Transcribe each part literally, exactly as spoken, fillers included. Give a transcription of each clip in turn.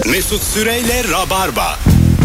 Mesut Süreyle Rabarba.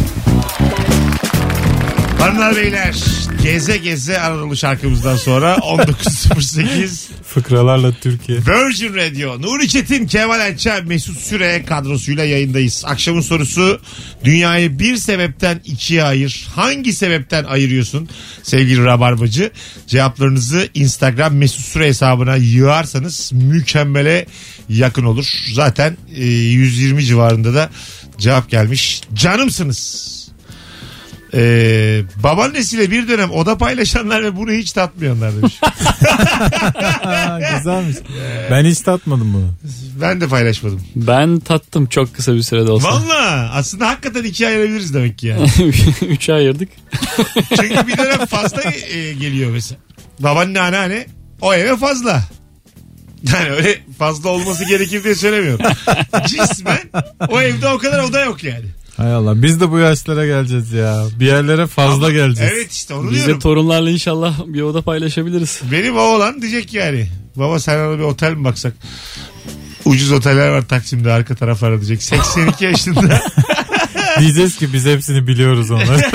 Hanımlar beyler, geze geze Anadolu şarkımızdan sonra on dokuz sıfır sekiz Fıkralarla Türkiye. Virgin Radio, Nuri Çetin, Kemal Ayça, Mesut Süre kadrosuyla yayındayız. Akşamın sorusu: dünyayı bir sebepten ikiye ayır. Hangi sebepten ayırıyorsun sevgili Rabarbacı? Cevaplarınızı Instagram Mesut Süre hesabına yığarsanız mükemmele yakın olur. Zaten e, yüz yirmi civarında da cevap gelmiş. Canımsınız. Ee, babaannesiyle bir dönem oda paylaşanlar ve bunu hiç tatmayanlar demiş. Güzelmiş. Ben hiç tatmadım bunu. Ben de paylaşmadım. Ben tattım çok kısa bir sürede olsa. Valla aslında hakikaten ikiye ayırabiliriz demek ki yani. Üçe ayırdık. Çünkü bir dönem fazla e, geliyor mesela. Babaanne, anneanne o eve fazla. Yani öyle fazla olması gerekir diye söylemiyorum. Cismen o evde o kadar oda yok yani. Hay Allah, biz de bu yaşlara geleceğiz ya. Bir yerlere fazla Ama, geleceğiz. evet işte onu Biz diyorum. de torunlarla inşallah bir oda paylaşabiliriz. Benim oğlan diyecek yani. Baba sen ona bir otel mi baksak? Ucuz oteller var Taksim'de arka taraflara diyecek. seksen iki yaşında. Diyeceğiz ki biz hepsini biliyoruz onları.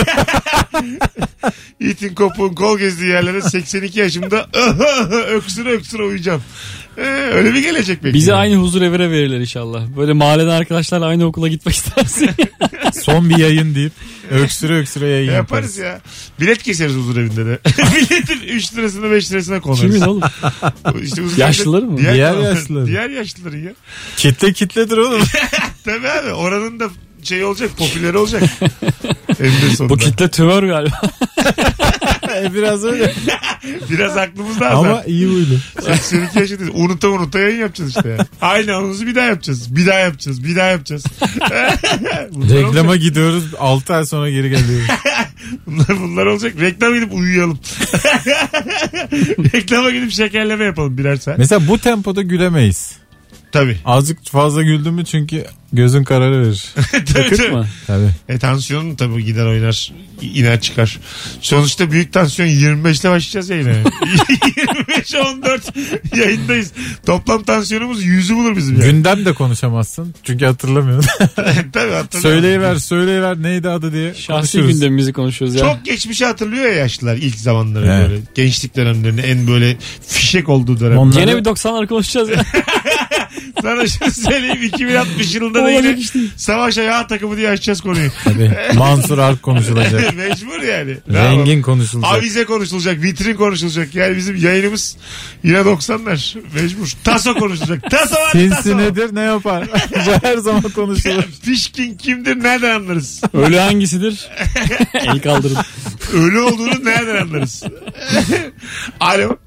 İtin kopuğun kol gezdiği yerlere seksen iki yaşımda öksüre öksüre uyuyacağım. Ee, öyle bir gelecek belki. Bize aynı huzur evine verirler inşallah. Böyle mahalleden arkadaşlarla aynı okula gitmek istersin. Son bir yayın deyip öksüre öksüre yayın yaparız. yaparız. Ya. Bilet keseriz huzur evinde de. Biletin üç lirasını beş lirasına konarız. Kimin oğlum? İşte Yaşlılar mı? Diğer, Diğer yaşlıları. yaşlıları. Diğer yaşlıları ya. Kitle kitledir oğlum. Tabii abi oranın da şey olacak, popüler olacak. Bu kitle tümör galiba. e, biraz öyle. Biraz aklımızda azar. Ama iyi huylu. seksen iki yaşındayız. Unuta unuta yayın yapacağız işte ya. Aynı anımızı bir daha yapacağız. Bir daha yapacağız. Bir daha yapacağız. Reklama olacak. Gidiyoruz. altı ay sonra geri geliyoruz. bunlar, bunlar olacak. Reklam gidip uyuyalım. Reklama gidip şekerleme yapalım birer saat. Mesela bu tempoda gülemeyiz. Tabii. Azıcık fazla güldün mü çünkü gözün kararı verir. Takık mı? Tabii. E tansiyonun tabii gider oynar, iner çıkar. Sonuçta büyük tansiyon yirmi beşte başlayacağız yayına. yirmi beş on dört yayındayız. Toplam tansiyonumuz yüzü bulur bizim yani. Gündem de konuşamazsın çünkü hatırlamıyorsun. Tabii hatırlıyorum. Söyleyiver söyleyiver neydi adı diye Şahsi konuşuruz. gündemimizi konuşuyoruz ya. Çok geçmişi hatırlıyor ya yaşlılar ilk zamanları Evet. böyle. Gençlik dönemlerini en böyle fişek olduğu dönem. Onlar- Gene bir doksanlar konuşacağız ya. Sana şunu söyleyeyim iki bin altmış yılında da yine savaş ayağı takımı diye açacağız konuyu. Tabii. Mansur Ark konuşulacak. Mecbur yani. Ne Rengin yapalım? konuşulacak. Avize konuşulacak, vitrin konuşulacak. Yani bizim yayınımız yine doksanlar. Mecbur. Taso konuşulacak. Taso var Sinsi taso. nedir ne yapar? Bu her zaman konuşulur. Pişkin kimdir nereden anlarız? Ölü hangisidir? El kaldırın. Ölü olduğunu nereden anlarız? Alo.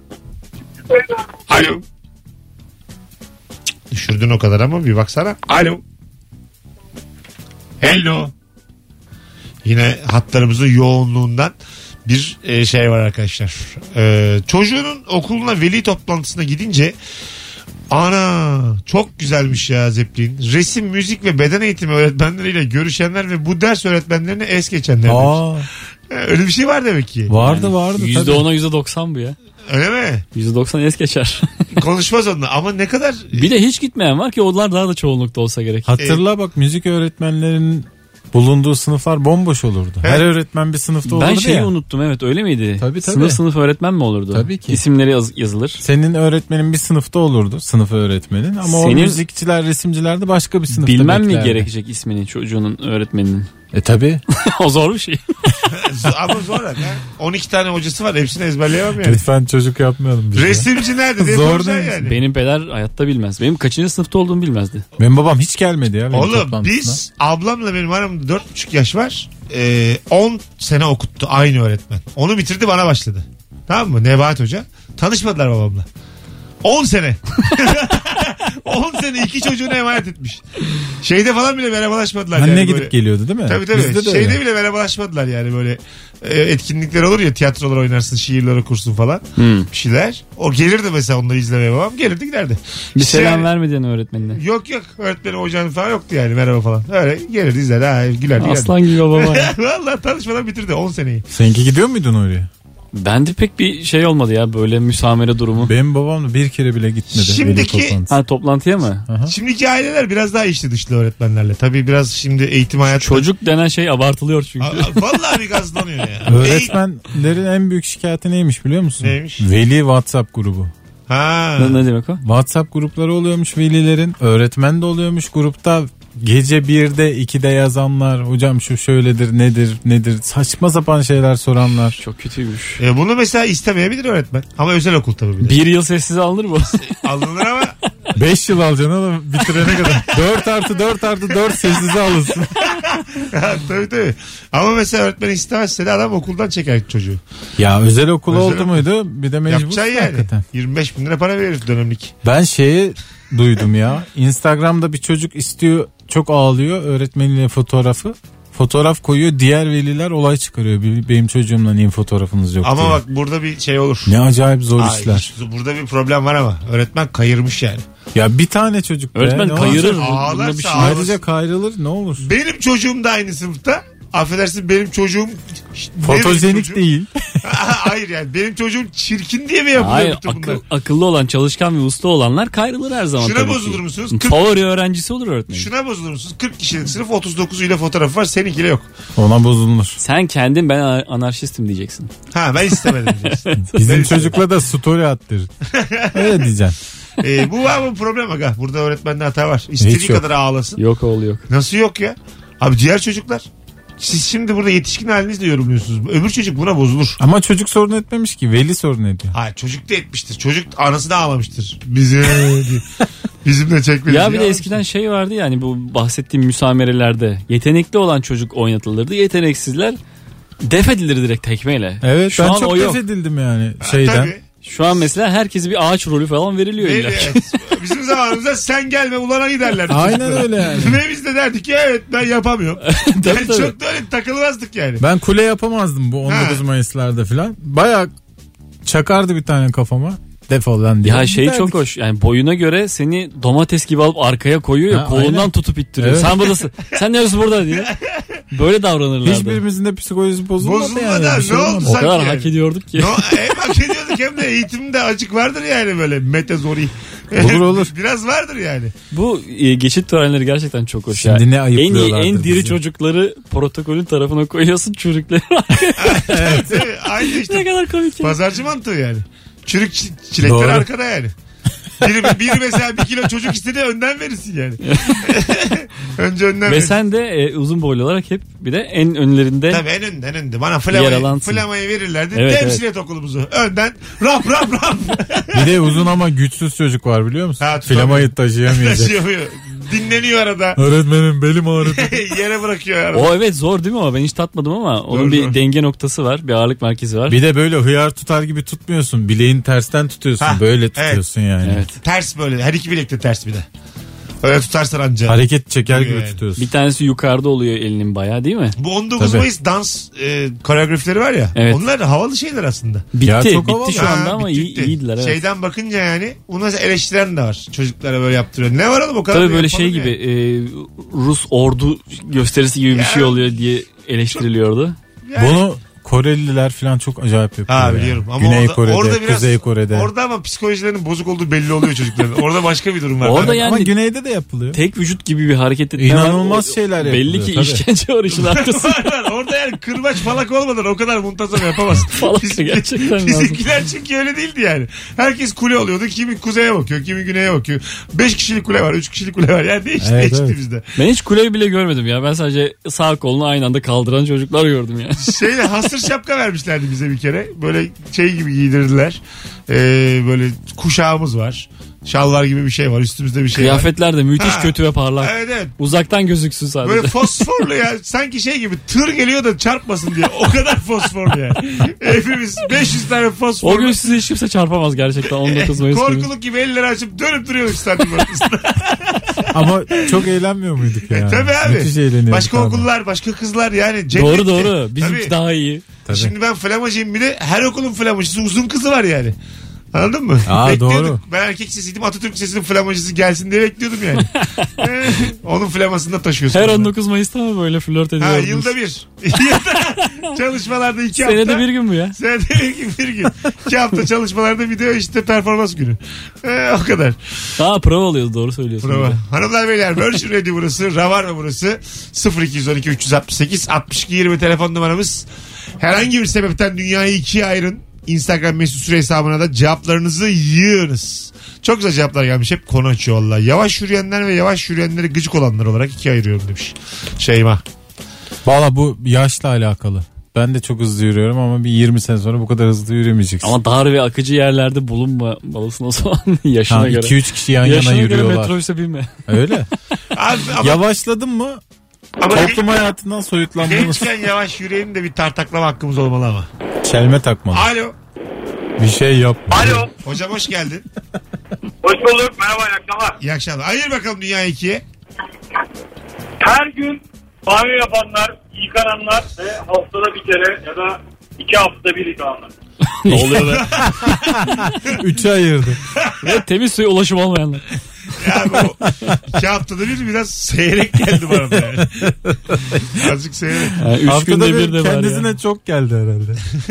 Alo. Düşürdün o kadar ama bir baksana. Alo. Hello. Yine hatlarımızın yoğunluğundan bir e, şey var arkadaşlar. E, çocuğunun okuluna veli toplantısına gidince ana çok güzelmiş ya Zeppelin. Resim, müzik ve beden eğitimi öğretmenleriyle görüşenler ve bu ders öğretmenlerine es geçenler. Aa, Öyle bir şey var demek ki. vardı vardı. Yüzde ona yüzde doksan bu ya. Öyle mi? Yüzde doksan es geçer. Konuşmaz onunla ama ne kadar... Bir de hiç gitmeyen var ki onlar daha da çoğunlukta olsa gerek. Hatırla bak, müzik öğretmenlerinin bulunduğu sınıflar bomboş olurdu. Evet. Her öğretmen bir sınıfta olurdu Ben şeyi ya. unuttum, evet öyle miydi? Tabii, tabii. Sınıf sınıf öğretmen mi olurdu? Tabii ki. İsimleri yaz- yazılır. Senin öğretmenin bir sınıfta olurdu. Sınıf öğretmenin. Ama o Senin- müzikçiler, resimciler de başka bir sınıfta Bilmem mi beklerdi. gerekecek ismini çocuğunun, öğretmeninin? E tabi. O zor bir şey. Ama zor. Ha? on iki tane hocası var. Hepsini ezberleyemem yani. Lütfen çocuk yapmayalım biz. Resimci nerede diye Zor soracaksın değil. yani. Benim peder hayatta bilmez. Benim kaçıncı sınıfta olduğumu bilmezdi. Benim babam hiç gelmedi ya. benim Oğlum toplantısına. biz ablamla benim aramda dört buçuk yaş var. Ee, on sene okuttu aynı öğretmen. Onu bitirdi bana başladı. Tamam mı? Nebahat Hoca. Tanışmadılar babamla. on sene. on sene iki çocuğunu emanet etmiş. Şeyde falan bile merhabalaşmadılar. Anne yani gidip böyle. geliyordu değil mi? Tabii tabii. Bizde de Şeyde öyle. bile merhabalaşmadılar yani böyle e, etkinlikler olur ya, tiyatrolar oynarsın, şiirler okursun falan. Hmm. Bir şeyler. O gelirdi mesela onları izlemeye babam. Gelirdi giderdi. Bir İşte selam yani- vermedin öğretmenine. Yok yok, öğretmenim hocam falan yoktu yani, merhaba falan. Öyle gelirdi izlerdi, ha, gülerdi. Aslan gibi baba ya. Valla tanışmadan bitirdi on seneyi. Seninki gidiyor muydun oraya? Bende pek bir şey olmadı ya böyle müsamere durumu. Benim babam da bir kere bile gitmedi. Şimdiki- veli toplantısı. Ha toplantıya mı? Aha. Şimdiki aileler biraz daha içli dışlı öğretmenlerle. Tabii biraz şimdi eğitim hayatı. Çocuk denen şey abartılıyor çünkü. Aa, vallahi bir gazlanıyor ya. Eğit- Öğretmenlerin en büyük şikayeti neymiş biliyor musun? Neymiş? Veli WhatsApp grubu. Ha. Ne, ne demek o? WhatsApp grupları oluyormuş velilerin. Öğretmen de oluyormuş grupta. Gece birde ikide yazanlar. Hocam şu şöyledir nedir nedir. Saçma sapan şeyler soranlar. Çok kötüymüş. E bunu mesela istemeyebilir öğretmen. Ama özel okul tabii bir de. Bir yıl sessiz alınır mı? Alınır ama beş yıl alacaksın oğlum bitirene kadar. dört artı dört artı dört sessize alırsın. tabii tabii. Ama mesela öğretmen istemezse de adam okuldan çeker çocuğu. Ya özel okul Özel oldu okul. muydu? Bir de mecbur Yapacaksın yani. hakikaten. yirmi beş bin lira para verir dönemlik. Ben şeyi duydum ya. Instagram'da bir çocuk istiyor, çok ağlıyor, öğretmeniyle fotoğrafı. Fotoğraf koyuyor, diğer veliler olay çıkarıyor. Benim çocuğumla niye fotoğrafınız yok Ama diye. bak burada bir şey olur. Ne acayip zor Ay, işler. burada bir problem var ama öğretmen kayırmış yani. Ya bir tane çocuk be. Öğretmen ne kayırır. olacak? Bunda Ağlarsa bir şey- ağlasın. Ayrıca kayrılır ne olur. Benim çocuğum da aynı sınıfta. Affedersin benim çocuğum ne benim Fotojenik çocuğum? değil. Hayır yani benim çocuğum çirkin diye mi yapılıyor Hayır bütün bunlar? akıl, akıllı olan çalışkan ve usta olanlar kayrılır her zaman. Şuna tabii ki. bozulur musunuz? Kırk- Favori öğrencisi olur öğretmenin. Şuna bozulur musunuz? kırk kişilik sınıf otuz dokuz ile fotoğrafı var seninkiyle yok. Ona bozulur. Sen kendin ben anarşistim diyeceksin. Ha ben istemedim diyeceksin. Bizim çocukla da story attır. Öyle diyeceksin. Ee, bu var mı problem aga? Burada öğretmende hata var. İstediği Hiç yok. kadar ağlasın. Yok oğlu yok. Nasıl yok ya? Abi diğer çocuklar. Siz şimdi burada yetişkin halinizle yorumluyorsunuz. Öbür çocuk buna bozulur. Ama çocuk sorun etmemiş ki. Veli sorun ediyor. Hayır çocuk da etmiştir. Çocuk anası da ağlamıştır. Bizi bizimle çekmedi. Ya bir de eskiden şey vardı ya hani bu bahsettiğim müsamerelerde yetenekli olan çocuk oynatılırdı. Yeteneksizler def edilir direkt tekmeyle. Evet Şu ben an çok o yok. def edildim yani şeyden. Tabii. Şu an mesela herkese bir ağaç rolü falan veriliyor Değil, illa. evet. Bizim zamanımızda sen gelme ulana giderlerdi. Aynen çocuklar. öyle yani. Ve biz de derdik ki evet ben yapamıyorum. Tabii, yani tabii. çok da öyle takılmazdık yani. Ben kule yapamazdım bu on dokuz Ha. Mayıs'larda falan. Baya çakardı bir tane kafama. Defol lan diye. Ya şey Giderdik. çok hoş yani boyuna göre seni domates gibi alıp arkaya koyuyor ya Ha, kolundan aynen. tutup ittiriyor. Evet. Sen buradasın. Sen ne yapıyorsun burada diye. Böyle davranırlardı. Hiçbirimizin de psikolojisi bozulmadı, Bozulmadı yani. abi, Bir şey ne oldu olmadı. O sanki kadar yani. hak ediyorduk ki. No, hem hak ediyorduk hem de eğitimde acık vardır yani böyle metazori. Olur, olur. Biraz vardır yani. Bu e, geçit törenleri gerçekten çok hoş. Şimdi ya. ne En iyi ayıplıyorlardır en diri bizi. çocukları protokolün tarafına koyuyorsun çürükleri. Evet, değil mi? Aynı Ne işte kadar komik ya. pazarcı mantığı yani. Çürük çi- çilekler Doğru. arkada yani. Biri, biri mesela bir kilo çocuk istedi önden verirsin yani. Önce önden Ve verirsin. sen de e, uzun boylu olarak hep bir de en önlerinde Tabii en önde en önde. Bana Yer flamayı, alansın. flamayı verirlerdi. Evet, Temsil et okulumuzu. Önden rap rap rap. Bir de uzun ama güçsüz çocuk var biliyor musun? Ha, tutamıyor. Flamayı taşıyamayacak. Taşıyamıyor. Dinleniyor arada. Öğretmenim belim ağrıdı. Yere bırakıyor arada. o evet zor değil mi ama ben hiç tatmadım ama onun Zor, bir zor. denge noktası var, bir ağırlık merkezi var. Bir de böyle hıyar tutar gibi tutmuyorsun. Bileğini tersten tutuyorsun. Ha, böyle evet. tutuyorsun yani. Evet. Ters böyle. Her iki bilek de ters bir de. Öyle tutarsan anca. Hareket çeker gibi Yani. tutuyorsun. Bir tanesi yukarıda oluyor elinin bayağı değil mi? Bu on dokuz Tabii. Mayıs dans e, koreografileri var ya. Evet. Onlar havalı şeyler aslında. Bitti, Ya çok bitti havalı. şu anda Ha, ama bitti, iyi, bitti. iyiydiler evet. Şeyden bakınca yani bunu mesela eleştiren de var. Çocuklara böyle yaptırıyor. Ne var oğlum o kadar Tabii da böyle yapalım şey ya. gibi e, Rus ordu gösterisi gibi bir Ya. şey oluyor diye eleştiriliyordu. Yani- Bunu Koreliler falan çok acayip yapıyor. Ha yani. biliyorum ama Güney orada, Kore'de, orada biraz, Kuzey Kore'de. Orada ama psikolojilerinin bozuk olduğu belli oluyor çocukların. Orada başka bir durum var. Orada Ben- yani- Ama Güney'de de yapılıyor. Tek vücut gibi bir hareket etme İnanılmaz var. O- şeyler Belli yapılıyor, ki tabii. işkence var işin arkasında. Var, var. Orada yani kırbaç falak olmadan o kadar muntazam yapamaz. Falak Bizimki- gerçekten lazım. Bizimkiler çünkü öyle değildi yani. Herkes kule oluyordu. Kimi kuzeye bakıyor, kimi güneye bakıyor. Beş kişilik kule var, üç kişilik kule var. Yani değişti, Evet, değişti evet. bizde. Ben hiç kuleyi bile görmedim ya. Ben sadece sağ kolunu aynı anda kaldıran çocuklar gördüm ya. Şeyle hasır şapka vermişlerdi bize bir kere. Böyle şey gibi giydirdiler. Ee, böyle kuşağımız var. Şalvar gibi bir şey var. Üstümüzde bir şey var. Kıyafetler de müthiş Ha. kötü ve parlak. Evet evet. Uzaktan gözüksün sadece. Böyle fosforlu ya. Sanki şey gibi tır geliyor da çarpmasın diye. O kadar fosforlu yani. Hepimiz beş yüz tane fosfor. O gün sizi hiç kimse çarpamaz gerçekten on dokuz Mayıs günü. Korkuluk gibi elleri açıp dönüp duruyoruz stadyum ortasında. Ama çok eğlenmiyor muyduk ya? E, tabii abi. Müthiş eğleniyorduk. Başka abi. okullar, başka kızlar yani. cennetti. Doğru doğru. Bizimki Tabii. daha iyi. Tabii. Şimdi ben flamacıyım bir de her okulun flamacısı uzun kızı var yani. Anladın mı? Aa, Bekliyordum. doğru. Ben erkek sesiydim, Atatürk sesinin flamacısı gelsin diye bekliyordum yani. Onun flamasını da taşıyorsun. Her orada. on dokuz Mayıs'ta mı böyle flört Ha, ediyordunuz? yılda bir. Çalışmalarda iki Senede hafta. bir gün bu ya. Senede bir gün bir gün. İki hafta çalışmalarda video işte performans günü. Ee, o kadar. Aa prova oluyordu, doğru söylüyorsun. Bravo. Hanımlar beyler Virgin Radio burası. Rabarba burası. sıfır iki on iki üç altı sekiz altmış iki yirmi telefon numaramız. Herhangi bir sebepten dünyayı ikiye ayırın. Instagram mesut süre hesabına da cevaplarınızı yığınız. Çok güzel cevaplar gelmiş. Hep konu açıyor valla. Yavaş yürüyenler ve yavaş yürüyenleri gıcık olanlar olarak ikiye ayırıyorum demiş. Şeyma. Valla bu yaşla alakalı. Ben de çok hızlı yürüyorum ama bir yirmi sene sonra bu kadar hızlı yürümeyeceksin. Ama dar ve akıcı yerlerde bulunmalısın o zaman yaşına Ha, göre. iki üç kişi yan Yaşına yana göre yürüyorlar. metrobüse binme. Öyle. Abi, ama, Yavaşladın mı ama toplum hayatından soyutlandınız. gençken yavaş yürüyelim de bir tartaklama hakkımız olmalı ama. Çelme takmalı. Alo. Bir şey yapma. Alo. Hocam hoş geldin. Hoş bulduk. Merhaba, iyi akşamlar. İyi akşamlar. Ayır bakalım dünyayı ikiye. Her gün banyo yapanlar, yıkananlar ve haftada bir kere ya da iki haftada bir yıkananlar. Ne oluyor be? Üçe ayırdı. Ve temiz suya ulaşım olmayanlar. Yani o iki haftada bir biraz seyrek geldi bana da yani. Azıcık seyrek. Yani üç Haftada günde bir bir de var kendisine ya. çok geldi herhalde.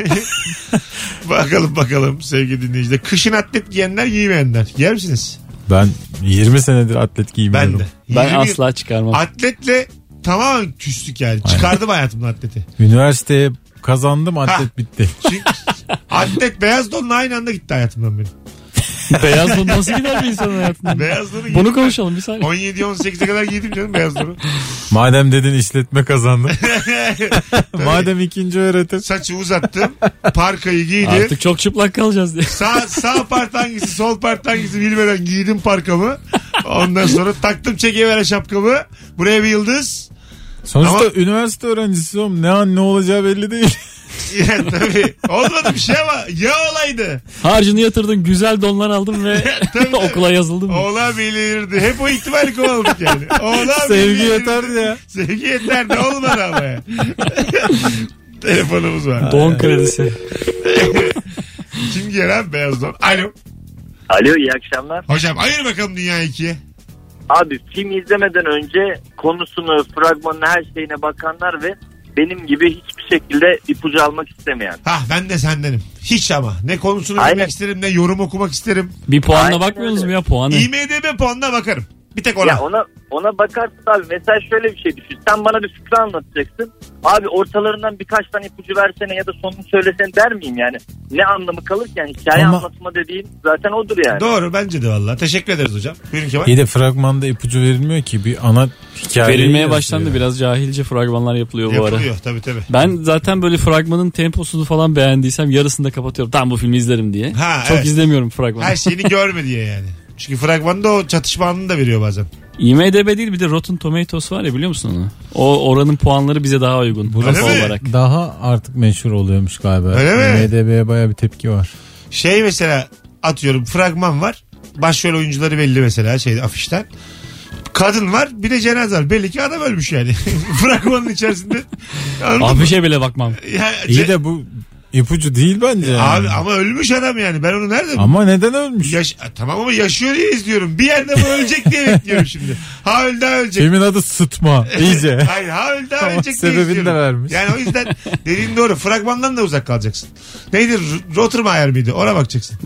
Bakalım bakalım sevgili dinleyiciler. Kışın atlet giyenler giymeyenler. Giyer misiniz? Ben yirmi senedir atlet giymiyorum. Ben de. Ben yirmi asla çıkarmam. Atletle tamamen küstük yani. Çıkardım hayatımdan atleti. Üniversiteye kazandım, atlet Ha. bitti. Çünkü atlet beyaz donla aynı anda gitti hayatımdan benim. Beyaz don nasıl gider bir insanın hayatından? Beyaz donu Bunu giydim. konuşalım bir saniye. on yedi on sekize kadar giydim canım beyaz donu. Madem dedin işletme kazandın. Madem ikinci öğretim. Saçı uzattım. Parkayı giydim. Artık çok çıplak kalacağız diye. Sağ, sağ part hangisi sol part hangisi bilmeden giydim parkamı. Ondan sonra taktım çekivere şapkamı. Buraya bir yıldız. Sonuçta Ama- üniversite öğrencisi oğlum. Ne an ne olacağı belli değil. Yani tabii olmadı bir şey ama ya olaydı. Harcını yatırdın, güzel donlar aldın ve Tabii. okula yazıldın mı? Olabilirdi. Hep o ihtimali kovaladık yani. Olabilirdi. Sevgi yeterdi ya. Sevgi yeterdi. Olmadı ama ya. Telefonumuz var. Don kredisi. Kim giyer abi beyaz don? Alo. Alo, iyi akşamlar. Hocam ayır bakalım dünyayı ikiye. Abi film izlemeden önce konusunu, fragmanını, her şeyine bakanlar ve benim gibi hiçbir şekilde ipucu almak istemeyen. Hah ben de sendenim. Hiç ama. Ne konusunu Aynen. bilmek isterim ne yorum okumak isterim. Bir puanla Aynen bakmıyorsunuz öyle. mu ya puanı? I M D B puanına bakarım. Bir tek ona. Ya ona ona bakarsın abi. Mesela şöyle bir şey düşün. Sen bana bir fıkra anlatacaksın. Abi ortalarından birkaç tane ipucu versene ya da sonunu söylesene der miyim yani? Ne anlamı kalır ki yani? Hikaye Ama- anlatma dediğin zaten odur yani. Doğru bence de valla. Teşekkür ederiz hocam. Buyurun Kemal. İyi de fragmanda ipucu verilmiyor ki. Bir ana hikaye. Verilmeye başlandı, biraz cahilce fragmanlar yapılıyor bu ara. Yapılıyor tabii tabii. Ben zaten böyle fragmanın temposunu falan beğendiysem yarısını da kapatıyorum. Tamam bu filmi izlerim diye. Ha, Çok evet. izlemiyorum fragmanı. Her şeyini görme diye yani. Çünkü fragmanda o çatışma anını da veriyor bazen. I M D B değil, bir de Rotten Tomatoes var ya, biliyor musun onu? O oranın puanları bize daha uygun. Öyle kafa mi? olarak. Daha artık meşhur oluyormuş galiba. Öyle mi? M D B'ye baya bir tepki var. Şey mesela atıyorum fragman var. Başrol oyuncuları belli mesela şey afişten. Kadın var bir de cenaze var. Belli ki adam ölmüş yani. Fragmanın içerisinde. Anladın mı? Afişe bile bakmam. Ya, İyi ce- de bu ipucu değil bence. yani. Abi ama ölmüş adam yani. Ben onu nereden Ama neden ölmüş? Yaş- tamam ama yaşıyor diye izliyorum. Bir yerde bu ölecek diye bekliyorum şimdi. Ha öldü ha ölecek. Filmin adı Sıtma. İyice. Hayır ha öldü ha Ama ölecek diye sebebini izliyorum. de vermiş. Yani o yüzden dediğin doğru. Fragmandan da uzak kalacaksın. Neydi? R- Rottermeier miydi? Ona bakacaksın.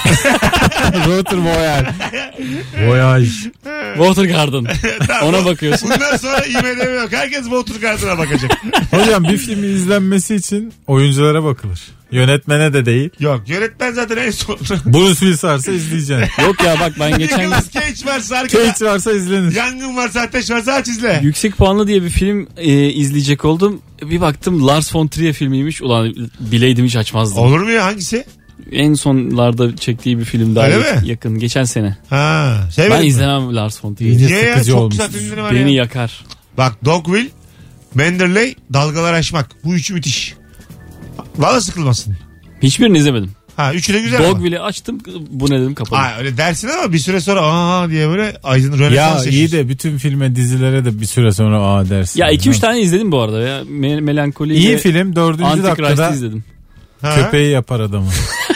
Rotor Voyage. Voyage. Watergarden. Tamam. Ona bakıyorsun. Bundan sonra I M D B yok. Herkes Watergarden'a bakacak. Hocam bir filmin izlenmesi için oyunculara bakılır. Yönetmene de değil. Yok yönetmen zaten en son. Bruce Willis varsa izleyeceksin. Yok ya bak, ben geçen gün Nicolas Cage varsa arkada. Cage varsa izlenir. Yangın varsa ateş varsa aç izle. Yüksek Puanlı diye bir film e, izleyecek oldum. Bir baktım Lars von Trier filmiymiş. Ulan bileydim hiç açmazdım. Olur mu ya hangisi? En sonlarda çektiği bir film daha Öyle yak- mi? yakın. Geçen sene. Ha. Sevmedim Ben mi? izlemem Lars von Trier'i. İyice Niye ya? sıkıcı Çok olmuş. güzel filmleri var Beni ya. yakar. Bak Dogville, Manderley, Dalgalar Aşmak. Bu üçü müthiş. Valla sıkılmasın. Hiçbirini izlemedim. Ha üçü de güzel ama. Dogville'i açtım. Bu ne dedim, kapadım. Ha, öyle dersin ama bir süre sonra aa diye böyle Aydın Ya Rönesans iyi yaşıyorsun. de bütün filme dizilere de bir süre sonra aa dersin. Ya iki üç Ha. tane izledim bu arada ya. Me- Melankoli İyi ile film dördüncü Antichrist'i dakikada izledim. Ha? köpeği yapar adamı.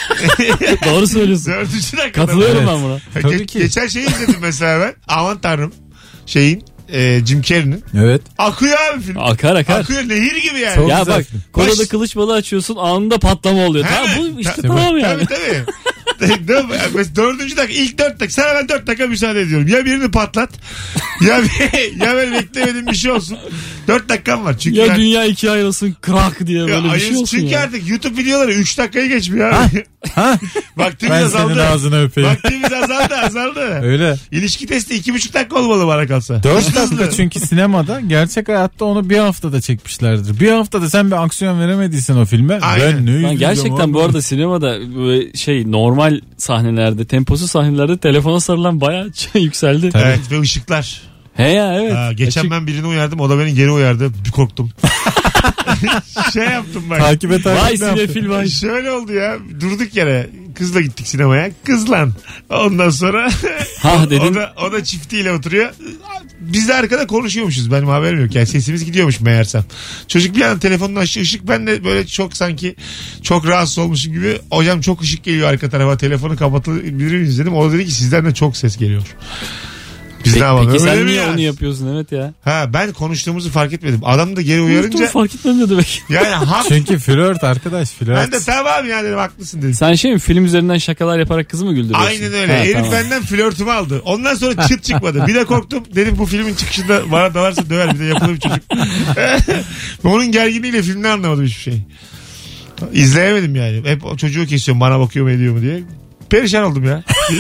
Doğru söylüyorsun. Dördüncü dakikada. Katılıyorum Evet. ben buna. Ha, Tabii ge- ki. Geçen şeyi izledim mesela ben. Aman tanrım. Şeyin e, Jim Carrey'nin. Evet. Akıyor abi film. Akar akar. Akıyor nehir gibi yani. Çok Ya güzel bak film. kolada Baş- kılıç balığı açıyorsun anında patlama oluyor. Hemen. Tamam bu işte Tabii. tamam yani. Tabii tabii. Mesela dördüncü dakika ilk dört dakika sana ben dört dakika müsaade ediyorum. Ya birini patlat ya bir, ya böyle beklemediğim bir şey olsun. Dört dakikam var. Çünkü Ya yani- dünya ikiye ayrılsın krak diye Ya böyle bir ayız- şey olsun çünkü ya. artık YouTube videoları üç dakikayı geçmiyor abi. Ha? Vaktimiz Ben azaldı. senin ağzını öpeyim. Vaktimiz azaldı azaldı. Öyle. İlişki testi iki buçuk dakika olmalı bana kalsa. Dört dakika çünkü sinemada, gerçek hayatta onu bir haftada çekmişlerdir. Bir haftada sen bir aksiyon veremediysen o filme. Aynen. Ben ne Ben izleyeceğim gerçekten bu abi? arada sinemada böyle şey normal sahnelerde, temposu sahnelerde telefona sarılan bayağı yükseldi. Evet ve ışıklar. He ya evet. Ha, geçen Açık. ben birini uyardım o da beni geri uyardı. Bir korktum. şey yaptım ben. Takip et Vay takip ne yaptın? sinefil vay. Şöyle oldu ya. Durduk yere. Kızla gittik sinemaya. Kızlan. Ondan sonra Ha o, dedin. da, o da çiftiyle oturuyor. Biz de arkada konuşuyormuşuz. Benim haberim yok. Yani sesimiz gidiyormuş meğersem. Çocuk bir anda telefonunu açtı. Işık ben de böyle çok sanki çok rahatsız olmuşum gibi. Hocam çok ışık geliyor arka tarafa. Telefonu kapatabilir miyiz dedim. O da dedi ki sizden de çok ses geliyor. Biz Peki, ne yapalım? peki Öyle sen mi niye ya? onu yapıyorsun evet ya. Ha ben konuştuğumuzu fark etmedim. Adam da geri Unuttum, uyarınca fark etmem ne demek. yani hak. Çünkü flört arkadaş flört. Ben de tamam ya dedim haklısın dedim. Sen şey mi film üzerinden şakalar yaparak kızı mı güldürüyorsun? Aynen öyle. Ha, Herif tamam. benden flörtümü aldı. Ondan sonra çıt çıkmadı. Bir de korktum. Dedim bu filmin çıkışında bana dalarsa döver. Bir de yapılı bir çocuk. Onun gerginliğiyle filmde anlamadım hiçbir şey. İzleyemedim yani. Hep o çocuğu kesiyorum bana bakıyor mu ediyor mu diye. Perişan oldum ya.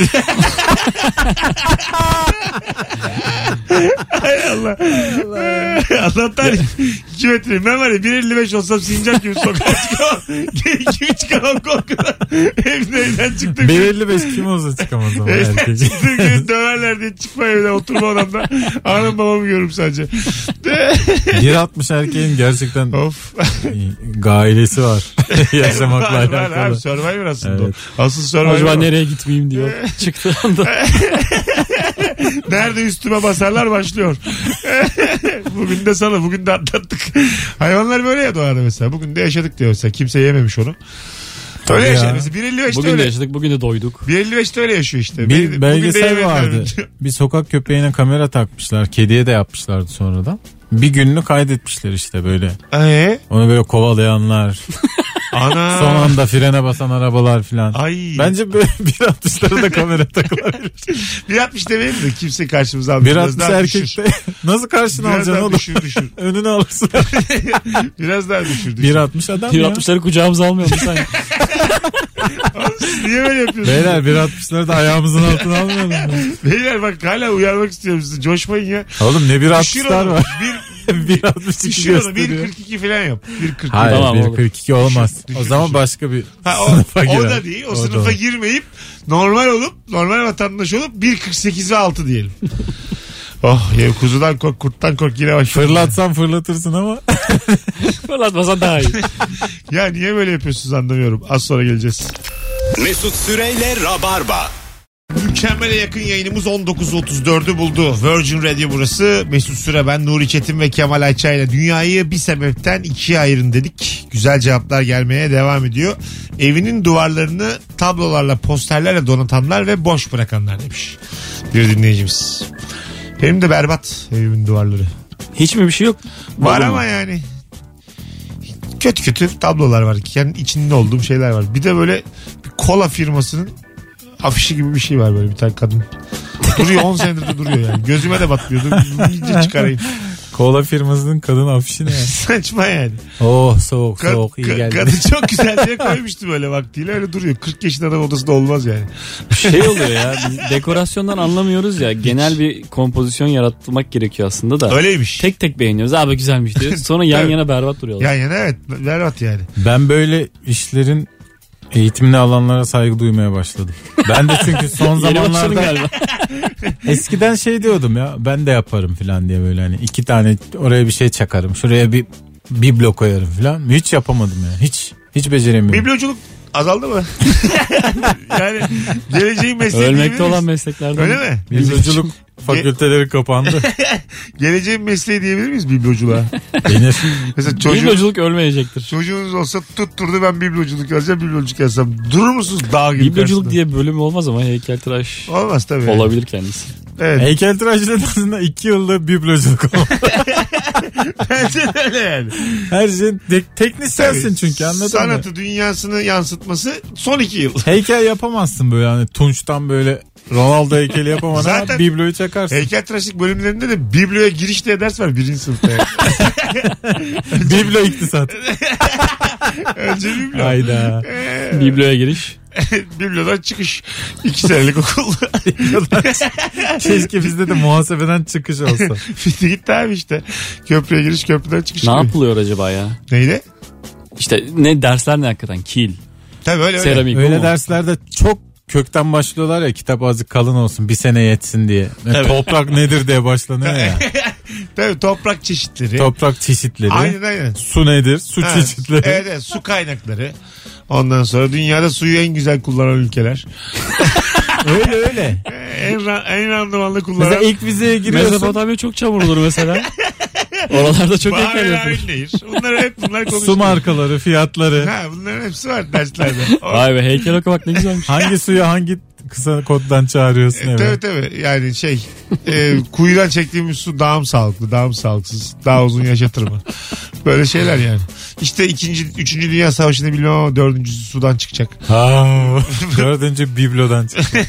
Hay Allah. Allah'tan iki metreyim. Ben var ya bir elli beş olsam sincap gibi sokağa çıkamam. Kimi çıkamam korkudan. Evden evden çıktım. bir elli beş kim olsa çıkamaz ama Evden erkek. çıktığım gibi döverler diye çıkma evden oturma odamda. Anam babamı görürüm sadece. bir altmış erkeğin gerçekten Of. gailesi var. Yaşamakla Var, var alakalı. abi Survivor aslında. Evet. o. Asıl Survivor. Acaba o. nereye gitmeyeyim diyor. Çıktı anda. Nerede üstüme basarlar başlıyor. Bugün de sana bugün de atlattık. Hayvanlar böyle ya doğada mesela. Bugün de yaşadık diyor mesela. Kimse yememiş onu. Tabii Öyle ya. yaşıyor. Mesela bir elli beşte Bugün de öyle. yaşadık bugün de doyduk. bir elli beşte öyle yaşıyor işte. Bir Beni- bugün de belgesel yemediler vardı. diyor. Bir sokak köpeğine kamera takmışlar. Kediye de yapmışlardı sonradan. Bir gününü kaydetmişler işte böyle. Ee? Onu böyle kovalayanlar. Ana. Son anda frene basan arabalar filan. Ay. Bence böyle bir altmışlara da kamera takılabilir. bir altmış demeyelim de kimse karşımıza almıyor. bir Biraz altmış daha erkekte düşür. nasıl karşına Biraz alacaksın daha oğlum? düşür düşür. Önüne alırsın. Biraz daha düşür düşür. bir altmış adam Bir ya. altmışları kucağımıza almıyor mu sen? Niye böyle yapıyorsunuz? Beyler bir altmışları da ayağımızın altına almayalım. ya. Beyler bak hala uyarmak istiyorum sizi. Coşmayın ya. Oğlum ne bir Düşür altmışlar onu. var. Bir, bir altmış iki düşür onu. bir gösteriyor. kırk iki falan yap. bir kırk iki. Hayır Tamam, bir olur. kırk iki olmaz. Düşür, O zaman düşür. başka bir Ha, o, sınıfa o girer. da değil. O, da sınıfa olur. girmeyip normal olup normal vatandaş olup bir kırk sekiz ve altı diyelim. Oh ya kuzudan kork kurttan kork yine başlıyor. Fırlatsan fırlatırsın ama. Fırlatmasan daha iyi. Ya niye böyle yapıyorsunuz anlamıyorum. Az sonra geleceğiz. Mesut Süreyle Rabarba. Mükemmele yakın yayınımız on dokuz otuz dördü buldu. Virgin Radio burası. Mesut Süre ben Nuri Çetin ve Kemal Ayça ile dünyayı bir sebepten ikiye ayırın dedik. Güzel cevaplar gelmeye devam ediyor. Evinin duvarlarını tablolarla posterlerle donatanlar ve boş bırakanlar demiş. Bir dinleyicimiz. Benim de berbat evimin duvarları. Hiç mi bir şey yok? Var Olur mu? ama yani kötü kötü tablolar var. Kendi içinde olduğum şeyler var. Bir de böyle bir kola firmasının afişi gibi bir şey var böyle bir tane kadın. Duruyor on senedir de duruyor yani. Gözüme de batmıyordu. İyice çıkarayım. Kola firmasının kadın afişi ne ya? Saçma yani. Oh soğuk Ka- soğuk iyi ka- geldi. Kadın çok güzel diye koymuştu böyle vaktiyle. Öyle duruyor. kırk yaşında adam odasında olmaz yani. Şey oluyor ya biz dekorasyondan anlamıyoruz ya. Genel bir kompozisyon yaratmak gerekiyor aslında da. Öyleymiş. Tek tek beğeniyoruz. Abi güzelmiş diyoruz. Sonra yan Evet. yana berbat duruyorlar. Yani evet. Berbat yani. Ben böyle işlerin eğitimli alanlara saygı duymaya başladım. Ben de çünkü son Yeni başladın zamanlarda galiba. eskiden şey diyordum ya ben de yaparım falan diye böyle hani iki tane oraya bir şey çakarım şuraya bir biblo koyarım falan. Hiç yapamadım yani hiç hiç beceremiyorum. Bibloculuk azaldı mı? yani geleceğin mesleği Ölmekte diyebilir olan miyiz? mesleklerden. Öyle mi? Bibloculuk Fakülteleri kapandı. Geleceğin mesleği diyebilir miyiz bibliyoculuğa? Denir. Mesela çocuğun, Biblioculuk ölmeyecektir. çocuğunuz olsa tutturdu ben biblioculuk yazacağım biblioculuk yazsam. Durur musunuz dağ gibi Biblioculuk karşısında? diye bölüm olmaz ama heykeltıraş Olmaz tabii. olabilir kendisi. Evet. Heykeltıraşlığın aslında iki yılda bibloculuk oldu. Bence de öyle yani. Her şeyin tek, teknisyensin Tabii. çünkü, anladın mı? Sanatı dünyasını yansıtması son iki yıl. Heykel yapamazsın böyle hani Tunç'tan böyle Ronaldo heykeli yapamana Zaten bibloyu çakarsın. Heykeltıraşlık bölümlerinde de bibloya giriş diye ders var birinci sınıfta. Yani. Biblo iktisat. Önce biblo. Hayda. Bibloya giriş. Biblodan çıkış. İki senelik okul. Keşke bizde de muhasebeden çıkış olsa. Bitti gitti abi işte. Köprüye giriş köprüden çıkış. Ne gibi. yapılıyor acaba ya? Neydi? İşte ne dersler ne hakikaten? Kil, Tabii öyle öyle. seramik. Öyle o mu? derslerde çok kökten başlıyorlar ya, kitap azıcık kalın olsun bir sene yetsin diye. Evet. Toprak nedir diye başlanıyor ya. Tabii toprak çeşitleri. Toprak çeşitleri. Aynen aynen. Su nedir? Su Ha, çeşitleri. Evet, evet su kaynakları. Ondan sonra dünyada suyu en güzel kullanan ülkeler. Öyle öyle. En, ra- en randımanlı kullanan. Mesela ilk vizeye giriyorsun. Mezopotamya çok çamur olur mesela. Oralarda çok heykel Bahane yapılır. Nehir. Bunlar hep bunlar konuşuyor. Su markaları, fiyatları. Ha, bunların hepsi var derslerde. O- Vay be, heykel okumak ne güzelmiş. Hangi suyu hangi kısa koddan çağırıyorsun E, eve? tabii tabii yani şey e, kuyudan çektiğimiz su daha mı sağlıklı daha mı sağlıksız daha uzun yaşatır mı böyle şeyler yani. İşte ikinci üçüncü dünya savaşını bilmem ama dördüncüsü sudan çıkacak. Ha, dördüncü biblodan çıktı.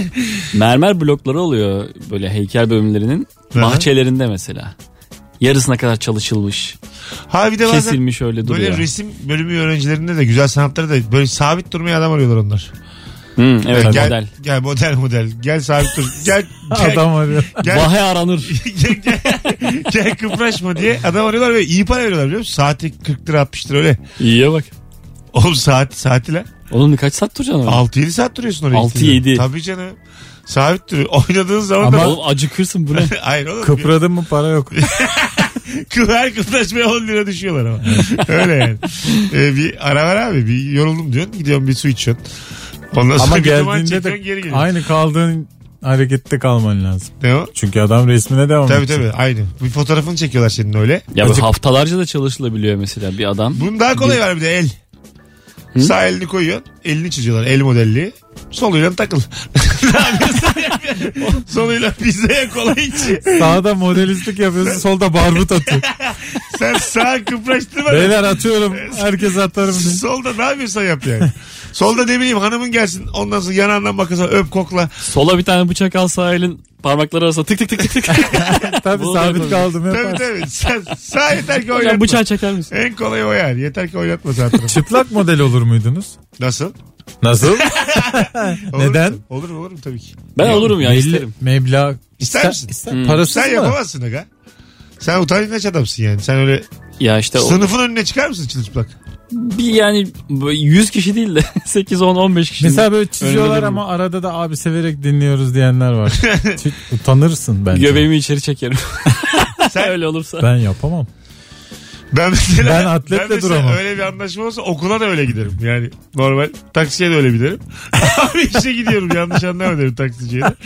Mermer blokları oluyor böyle heykel bölümlerinin Hı hı. bahçelerinde mesela. Yarısına kadar çalışılmış. Ha bir de bazen Kesilmiş öyle böyle duruyor. resim bölümü öğrencilerinde de güzel sanatları da böyle sabit durmaya adam arıyorlar onlar. Hı, evet gel, model. Gel model model. Gel sabit dur. Gel gel. Adam arıyor. Gel, Vahe aranır. gel, gel, gel kıpraşma diye adam arıyorlar ve iyi para veriyorlar biliyor musun? Saati kırk lira altmış lira öyle. İyiye bak. Oğlum saat saati lan. Oğlum kaç saat duracaksın orada? altı yedi saat duruyorsun oraya. altı yedi. Tabii canım. Sabit duruyor. Oynadığın zaman Ama- da... Oğlum acıkırsın bu ne? Hayır oğlum. Kıpradın mı para yok. Kı- Her kıpraşmaya on lira düşüyorlar ama. Öyle yani. Ee, bir ara ver abi. Bir yoruldum diyorsun. Gidiyorsun bir su içiyorsun. Ondan sonra Ama bir duman geldiğinde çekiyorsun, geri de geliyorsun. aynı kaldığın harekette kalman lazım. Ne o? Çünkü adam resmine devam Tabii edecek. tabii aynı. Bir fotoğrafını çekiyorlar senin öyle. Ya bu Acık- haftalarca da çalışılabiliyor mesela bir adam. Bunun daha kolay var bir de el. Hı? Sağ elini koyuyorsun. Elini çiziyorlar. El modelli. Soluyla takıl. Ne yapıyorsun? Soluyla pizzaya kola iç. Sağda modelistlik yapıyorsun, solda barbut atıyor. Sen sağ kıpraştırma. Beyler atıyorum, herkese atarım diye. Solda ne yapıyorsan yap yani. Solda ne bileyim hanımın gelsin ondan sonra yanağından makasa öp kokla. Sola bir tane bıçak al, sağ elin parmakları arasında tık tık tık tık tık. Tabii Bu sabit da- kaldım Tabii yaparsın. tabii. Sen sağ yeter ki Hocam oynatma. bıçağı çeker misin? En kolay o yani. Yeter ki oynatma zaten. Çıplak model olur muydunuz? Nasıl? Nasıl? Olur Neden? musun? Olur olur tabii ki. Ben olurum ya, Belli isterim. meblağ. İster misin? ister. Hmm. Parasız Sen mı? yapamazsın aga. Sen utangaç adamsın yani. Sen öyle Ya işte o, sınıfın önüne çıkar mısın çırılçıplak? bir yani yüz kişi değil de sekiz on on beş kişi. Mesela böyle çiziyorlar Önümde ama arada da abi severek dinliyoruz diyenler var. Hiç utanırsın bence. göbeğimi içeri çekerim. Sen- Öyle olursa. Ben yapamam. Ben mesela, Ben atletle ben mesela duramam. öyle bir anlaşma olsa okula da öyle giderim. Yani normal taksiye de öyle giderim. Abi işe gidiyorum yanlış anlama derim taksiciye de.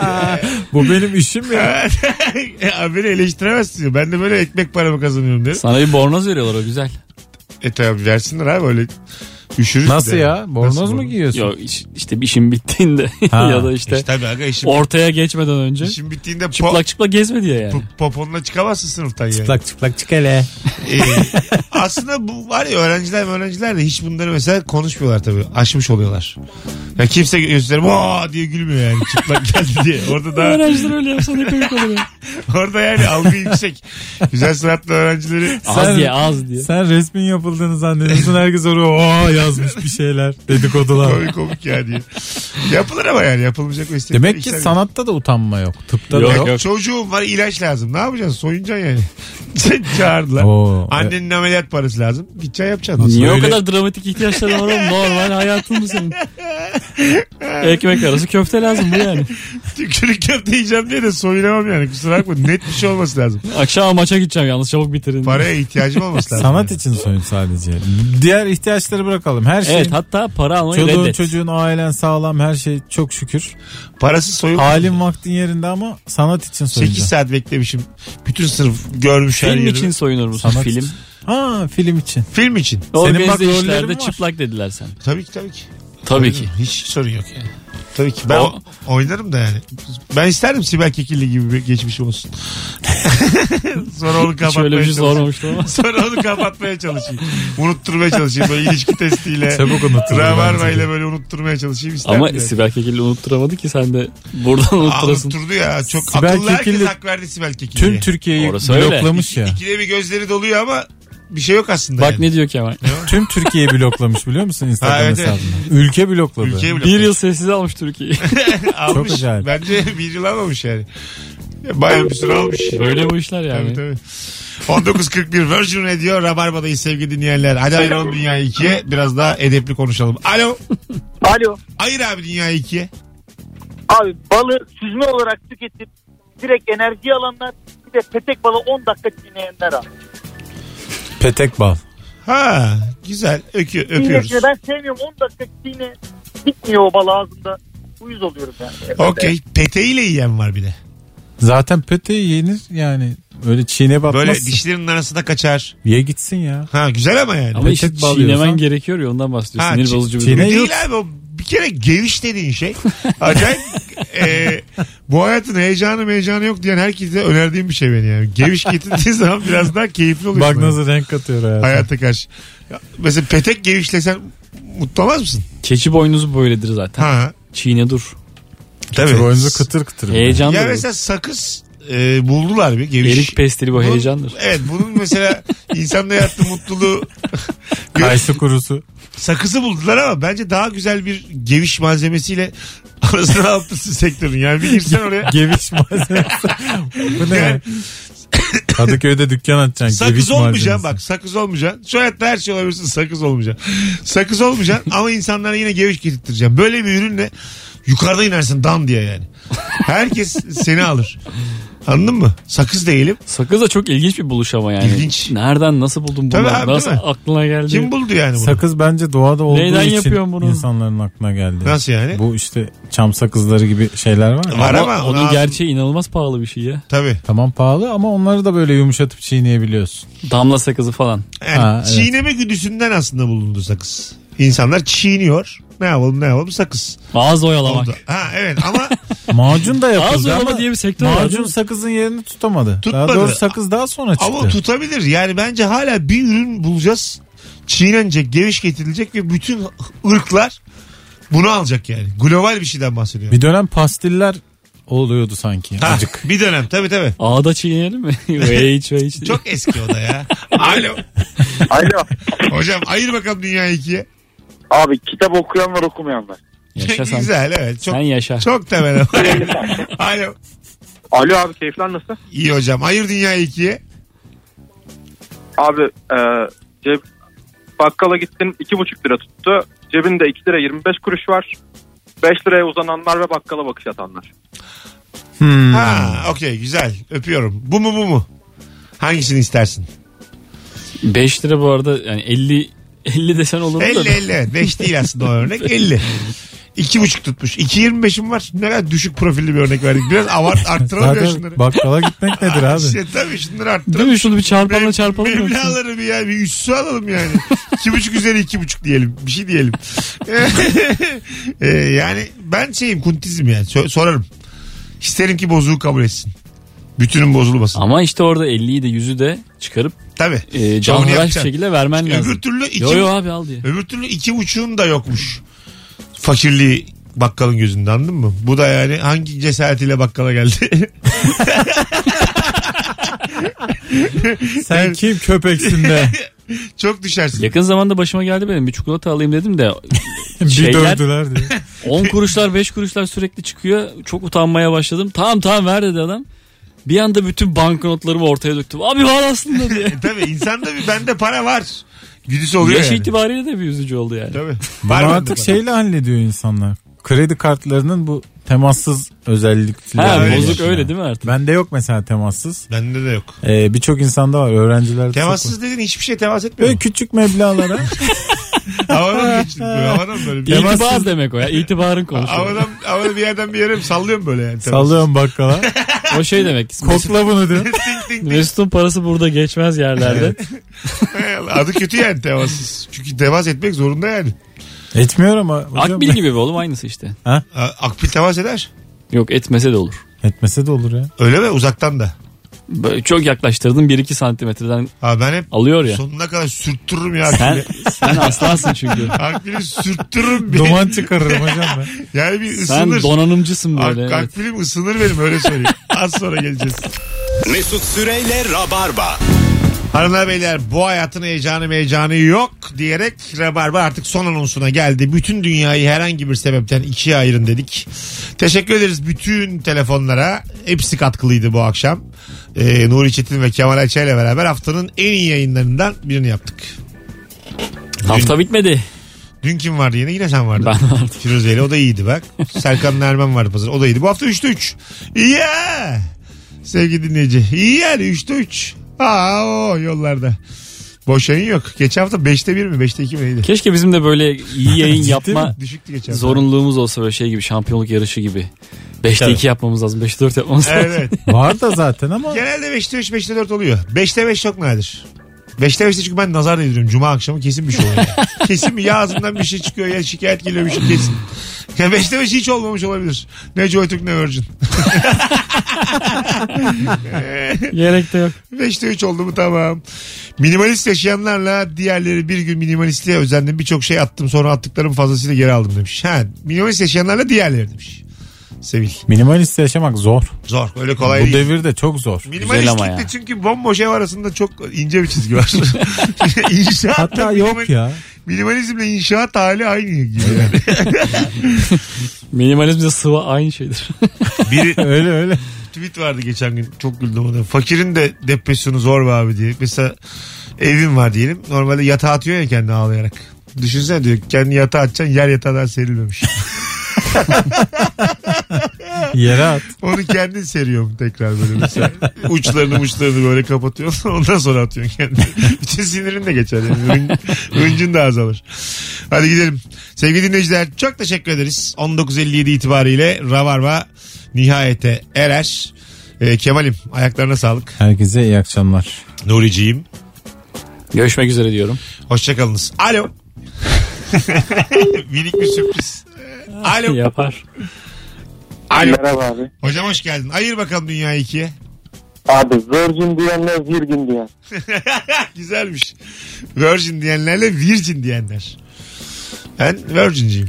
Bu benim işim ya. Abi beni eleştiremezsin. Ben de böyle ekmek paramı kazanıyorum derim. Sana bir bornoz veriyorlar, o güzel. E tabi versinler abi öyle üşürüz. Nasıl de. ya? Bornoz Nasıl mu bornoz? giyiyorsun? Yok iş- işte bir işin bittiğinde Ha, ya da işte İşte tabii aga işim, ortaya geçmeden önce işim bittiğinde po, çıplak çıplak gezme diye yani. po, poponla çıkamazsın sınıftan yani. Çıplak çıplak çık hele. Ee, aslında bu var ya öğrenciler öğrenciler de hiç bunları mesela konuşmuyorlar tabii. Aşmış oluyorlar. Ya kimse gösterip ooo diye gülmüyor yani çıplak geldi diye. Orada daha Öğrenciler öyle yapsa ne komik olur ya. orada yani algı yüksek. Güzel sanatlı öğrencileri Az Sen- diye az diye. Sen resmin yapıldığını zannediyorsun. Herkes oraya ooo yazmış bir şeyler. Dedikodular. komik komik ya diye. Yapılır ama yani yapılmayacak o istekler. Demek ki işler sanatta da utanma yok. Tıpta Yok, da yok. yok. Çocuğum var ilaç lazım. Ne yapacaksın? Soyuncaksın yani. Sen çağırdılar. Oo, Annenin ameliyat parası lazım. Gideceksin yapacaksın. Niye Öyle- o kadar dramatik ihtiyaçların var oğlum? Normal hayatın bu senin. Ekmek arası köfte lazım bu yani. Tükürük köfte yiyeceğim diye de soyunamam yani. Kusura bakma. Net bir şey olması lazım. Akşam maça gideceğim yalnız çabuk bitirin. Paraya ihtiyacım olması lazım. Sanat yani. için soyun sadece. Diğer ihtiyaçları bırakalım. Her şey. Evet, hatta para almayı Çoluğun, reddet. çocuğun, ailen sağlam, her şey çok şükür. Parası soyun. Halin vaktin yerinde ama sanat için soyunca. sekiz saat beklemişim. Bütün sınıf görmüş her Film yeri. için soyunur musun? Sanat Film. için. Ha, film için. Film için. Senin bak Organize rollerin işlerde var. çıplak dediler sen. Tabii ki tabii ki. Tabii ki. Hiç sorun yok yani. Tabii ki. Ben O- oynarım da yani. Ben isterdim Sibel Kekilli gibi bir geçmişim olsun. Sonra onu Hiç kapatmaya öyle bir şey çalışayım. sormamıştım ama. Sonra onu kapatmaya çalışayım. Unutturmaya çalışayım. Böyle ilişki testiyle. Çabuk unutulur Rabarba bence ile de. böyle unutturmaya çalışayım. İsterdim Ama yani. Sibel Kekilli unutturamadı ki sen de buradan Aa, unutturasın. unutturdu ya. Çok Sibel akıllı herkes Kekilli- hak verdi Sibel Kekilli'ye. Tüm Türkiye'yi Orası öyle. bloklamış ya. İkide bir gözleri doluyor ama bir şey yok aslında. Bak yani. ne diyor Kemal. Tüm Türkiye'yi bloklamış biliyor musun Instagram Ha, evet, evet. hesabını? Ülke blokladı. Ülkeyi bile Bir yıl sessiz almış Türkiye'yi. almış. Çok acayip. Bence bir yıl almamış yani. Bayağı bir süre almış. Böyle bu işler yani. Tabii tabii. on dokuz kırk bir Virgin Radio Rabarba'dayız sevgili dinleyenler. Hadi ayıralım dünyayı ikiye. Biraz daha edepli konuşalım. Alo. Alo. Ayır abi dünyayı ikiye. Abi balı süzme olarak tüketip direkt enerji alanlar, bir de petek balı on dakika çiğneyenler abi. Petek bal. Ha güzel. Ökü, öpüyoruz. Çiğnesine ben sevmiyorum, on dakika çiğne bitmiyor o bal ağzında. Uyuz oluyorum yani. Okey. Peteğiyle yiyen var bir de. Zaten peteği yenir yani. Öyle çiğne batmazsın. Böyle dişlerinin arasında kaçar. Ye gitsin ya. Ha güzel ama yani. Ama işte Petek bağlıyorsan- çiğnemen gerekiyor ya, ondan bahsediyor. Ha, Sinir çi- bozucu bir çiğne- durum. Değil yok. abi o bir kere geviş dediğin şey. Acayip e, bu hayatın heyecanı heyecanı yok diyen herkese önerdiğim bir şey beni yani. Geviş getirdiğin zaman biraz daha keyifli oluyor. Bak nasıl renk katıyor hayata. Hayata karşı. Ya, mesela petek gevişlesen mutlu olmaz mısın? Keçi boynuzu böyledir zaten. Ha. Çiğne dur. Tabii. Boynuzu kıtır kıtır. bir de. Heyecandır. Ya bu. mesela sakız e, buldular bir geviş. Erik pestili bu Bu- heyecandır. Evet bunun mesela insanda yarattığı mutluluğu Kayısı kurusu. sakızı buldular ama bence daha güzel bir geviş malzemesiyle arasına altısı sektörün. Yani bir girsen oraya Geviş malzemesi. Bu ne? Yani- Kadıköy'de dükkan açacaksın. sakız Geviş olmayacaksın malzemesi. bak sakız olmayacaksın. Şu hayatta her şey olabilirsin sakız olmayacaksın. Sakız olmayacaksın ama insanlara yine geviş getirteceksin. Böyle bir ürünle yukarıda inersin dan diye yani. Herkes seni alır. Anladın mı? Sakız değilim. Sakız da çok ilginç bir buluş ama yani. İlginç. Nereden nasıl buldun bunu? Tabii abi, Nasıl değil mi? aklına geldi? Kim buldu yani bunu? Sakız bence doğada olduğu Neyden için yapıyorsun bunu? insanların aklına geldi. Nasıl yani? Bu işte çam sakızları gibi şeyler var ya. Var Ama, ama onun ona- gerçeği inanılmaz pahalı bir şey ya. Tabii. Tamam pahalı ama onları da böyle yumuşatıp çiğneyebiliyorsun. Damla sakızı falan. Yani Ha, evet. çiğneme güdüsünden aslında bulundu sakız. İnsanlar çiğniyor. Ne yapalım ne yapalım sakız. Ağız oyalamak. Oldu. Ha evet ama Macun da Ağız yapıldı oyalama ama diye bir sektör var değil macun mi? sakızın yerini tutamadı. Tutmadı. Daha doğrusu sakız daha sonra çıktı. ama tutabilir. Yani bence hala bir ürün bulacağız. Çiğnenecek, geviş getirilecek ve bütün ırklar bunu alacak yani. Global bir şeyden bahsediyorum. Bir dönem pastiller oluyordu sanki. Ha, Acık. bir dönem tabii tabii. Ağda çiğneyelim mi? Ve iç ve iç. diye. Çok eski o da ya. Alo. Alo. Hocam ayır bakalım dünyayı ikiye. Abi kitap okuyanlar okumayanlar. Yaşa sen. Güzel evet. Çok, Sen yaşa. çok temel ama. Alo. Alo abi, keyifler nasıl? İyi hocam. Ayır dünyayı ikiye. Abi e, cep, bakkala gittin iki buçuk lira tuttu. Cebinde iki lira yirmi beş kuruş var. beş liraya uzananlar ve bakkala bakış atanlar. Hmm. Ha okey güzel. Öpüyorum. Bu mu bu mu? Hangisini istersin? beş lira bu arada yani elli elli desen olur mu da? elli elli evet. beş değil aslında o örnek. elli. iki buçuk tutmuş. iki yirmi beşim var. Ne kadar düşük profilli bir örnek verdik. Biraz avart arttıralım ya şunları. Zaten bakkala gitmek nedir abi? İşte tabii şunları Değil arttıralım. mi? Şunu bir çarpanla Mem- çarpalım. yoksa. Mevlaları bir ya bir üssü alalım yani. iki buçuk üzeri iki buçuk diyelim. Bir şey diyelim. Ee, yani ben şeyim kuntizm yani. So- sorarım. İsterim ki bozuğu kabul etsin. Bütünün bozulmasın. Ama işte orada elliyi de yüzü de çıkarıp Tabii. e, Şovunu canhıraş bir yapacaksın. şekilde vermen lazım. Öbür türlü iki, Yo yo abi al diye. öbür türlü iki buçuğun da yokmuş. Fakirliği bakkalın gözünde anladın mı? Bu da yani hangi cesaretiyle bakkala geldi? Sen kim köpeksin de? Çok düşersin. Yakın zamanda başıma geldi benim. Bir çikolata alayım dedim de Bir şeyler dövdüler diye. on kuruşlar beş kuruşlar sürekli çıkıyor. Çok utanmaya başladım. Tamam tamam ver dedi adam. Bir anda bütün banknotlarımı ortaya döktüm. Abi var aslında diye. E tabii insanda bir bende para var. Güdüsü oluyor Yaş yani. itibariyle de bir üzücü oldu yani. Tabii. Bunu Var mı artık bende şeyle hallediyor insanlar. Kredi kartlarının bu temassız özellikleri. Ha, öyle bozuk yani. öyle değil mi artık? Bende yok mesela temassız. Bende de yok. Ee, Birçok insanda var, öğrencilerde. Temassız dediğin hiçbir şey temas etmiyor Böyle mu? küçük meblağlara. Havadan geçtik böyle. Havadan böyle. Bir İtibar Temassız- demek o ya. İtibarın konuşuyor. Havadan, havadan bir yerden bir yere sallıyorum böyle yani. Temassız. Sallıyorum bakkala. O şey demek. Kokla bunu diyor. Ting ting ting. Mesut'un parası burada geçmez yerlerde. Adı kötü yani temassız. Çünkü temas etmek zorunda yani. Etmiyor ama. hocam. Akbil gibi be oğlum, aynısı işte. A- Akbil temas eder. Yok, etmese de olur. Etmese de olur ya. Öyle mi? Uzaktan da. Böyle çok yaklaştırdın, bir iki santimetreden Ha ben hep alıyor ya. sonuna kadar sürttürürüm ya Sen Akbil'i. sen aslansın çünkü. Akbil'i sürttürürüm. Bir, Duman çıkarırım hocam ben. yani bir Sen ısınır. donanımcısın Ak- böyle. Evet. Akbil'im ısınır benim öyle söyleyeyim. Az sonra geleceğiz. Mesut Süreyle Rabarba. Hanımlar beyler, bu hayatın heyecanı heyecanı yok diyerek Rabarba artık son anonsuna geldi. Bütün dünyayı herhangi bir sebepten ikiye ayırın dedik. Teşekkür ederiz bütün telefonlara. Hepsi katkılıydı bu akşam. Ee, Nuri Çetin ve Kemal Ayça ile beraber haftanın en iyi yayınlarından birini yaptık. Hafta bitmedi. Dün kim vardı yine? Yine sen vardın. Ben vardım. Firuze ile, o da iyiydi bak. Serkan'la Erman vardı pazar. O da iyiydi. Bu hafta üçte üç. İyi ya. Sevgili dinleyici. İyi yani üçte üç. Aa o yollarda. Boş yayın yok. Geçen hafta beşte bir mi? beşte iki mi neydi? Keşke bizim de böyle iyi yayın yapma Düşüktü geçen hafta. zorunluluğumuz olsa, böyle şey gibi, şampiyonluk yarışı gibi. beşte Tabii. iki yapmamız lazım. beşte dört yapmamız lazım. Evet. Var da zaten ama. Genelde beşte üç, beşte dört oluyor. beşte beş çok nadir. beşte beşte çünkü ben nazar değdiriyorum. Cuma akşamı kesin bir şey oluyor. Kesin ya ağzından bir şey çıkıyor ya şikayet geliyor bir şey kesin. Ya beşte beş hiç olmamış olabilir. Ne Joytürk ne Virgin. Gerek de yok. beşte üç oldu mu tamam. Minimalist yaşayanlarla diğerleri bir gün minimalistliğe özendim. Birçok şey attım, sonra attıklarım fazlasıyla geri aldım demiş. Ha, minimalist yaşayanlarla diğerleri demiş. Sevil. Minimalist yaşamak zor. Zor. Öyle kolay Bu değil. devirde çok zor. Güzel ama Minimalistlikte ya. çünkü bomboş ev arasında çok ince bir çizgi var. İnşaat Hatta yok ya. Minimalizmle inşaat hali aynı gibi yani. Minimalizmle sıvı aynı şeydir. Biri Öyle öyle. tweet vardı geçen gün, çok güldüm ona. Fakirin de depresyonu zor be abi diye. Mesela evin var diyelim. Normalde yatağa atıyor ya kendi ağlayarak. Düşünsene diyor, kendi yatağa atacaksın, yer yatağından serilmemiş. Yere at. Onu kendin seriyorum tekrar böyle mesela. Uçlarını uçlarını böyle kapatıyorsun. Ondan sonra atıyorsun kendini. Bütün sinirin de geçer yani. Ön, öncün de azalır. Hadi gidelim. Sevgili dinleyiciler, çok teşekkür ederiz. on dokuz elli yedi itibariyle Rabarba nihayete erer. Ee, Kemal'im, ayaklarına sağlık. Herkese iyi akşamlar. Nuriciğim, Görüşmek üzere diyorum. hoşçakalınız. Alo. Minik bir sürpriz. Alo. Yapar. Alo. Merhaba abi. Hocam hoş geldin. Ayır bakalım dünyayı ikiye. Abi Virgin diyenler Virgin diyen. Güzelmiş. Virgin diyenlerle Virgin diyenler. Ben Virgin'ciyim.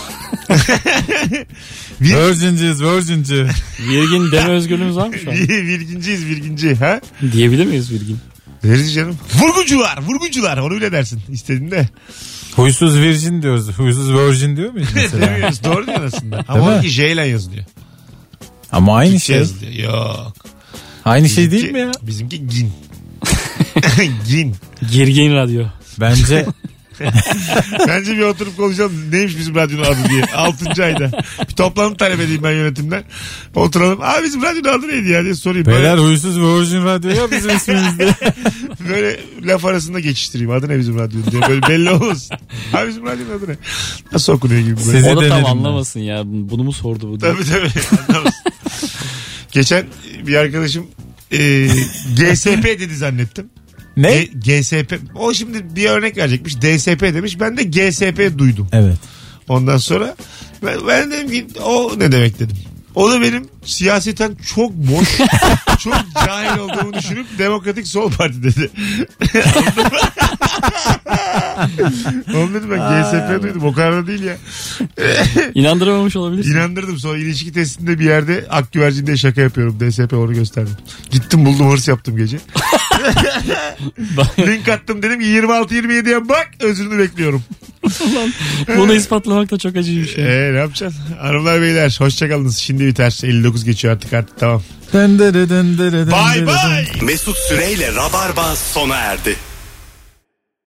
Vir- Virginciyiz virginci. Virgin deme özgürlüğümüz var mı şu an? Virginciyiz virginci. Ha? Diyebilir miyiz Virgin? Deriz canım. Vurguncular vurguncular onu bile dersin. İstediğin de. Huysuz virgin diyoruz. Huysuz virgin diyor muyuz mesela? Demiyoruz. Doğru diyorsun aslında. Değil Ama mi? onunki J ile yazılıyor. Ama aynı Türkçe şey. yazılıyor. Yok. Aynı şey Bizimki- değil mi ya? Bizimki gin. Gin. Girgin radyo. Bence Bence bir oturup konuşalım. Neymiş bizim radyonun adı diye. Altıncı ayda. Bir toplantı talep edeyim ben yönetimden. Oturalım. Abi bizim radyonun adı neydi ya diye sorayım. beyler huysuz virgin radyo ya bizim ismimizde. Böyle, böyle laf arasında geçiştireyim. Adı ne bizim radyonun diye. Böyle belli olsun. Abi bizim radyonun adı ne? Nasıl okunuyor gibi böyle. Sizi O da tam denedim ben. anlamasın ya. Bunu mu sordu bu? diye. Tabii tabii. Anlamasın. Geçen bir arkadaşım e, G S P dedi zannettim. Ne? G- GSP. O şimdi bir örnek verecekmiş. D S P demiş. Ben de G S P duydum. Evet. Ondan sonra ben, ben dedim ki o ne demek dedim. O da benim siyaseten çok boş, çok cahil olduğumu düşünüp Demokratik Sol Parti dedi. Oğlum dedim ben G S P duydum. O kadar da değil ya. İnandıramamış olabilirsin. İnandırdım. Sonra ilişki testinde bir yerde ak güvercin diye şaka yapıyorum. D S P onu gösterdim. Gittim buldum, hırs yaptım gece. Link attım, dedim ki yirmi altı yirmi yediye bak, özrünü bekliyorum. Bunu ispatlamak da çok acı bir şey. Eee ne yapacaksın? Hanımlar beyler hoşçakalınız. Şimdi biter. elli dokuz geçiyor artık artık tamam. Dendere dendere dendere Bay dendere. bay. Mesut Süreyle Rabarba sona erdi.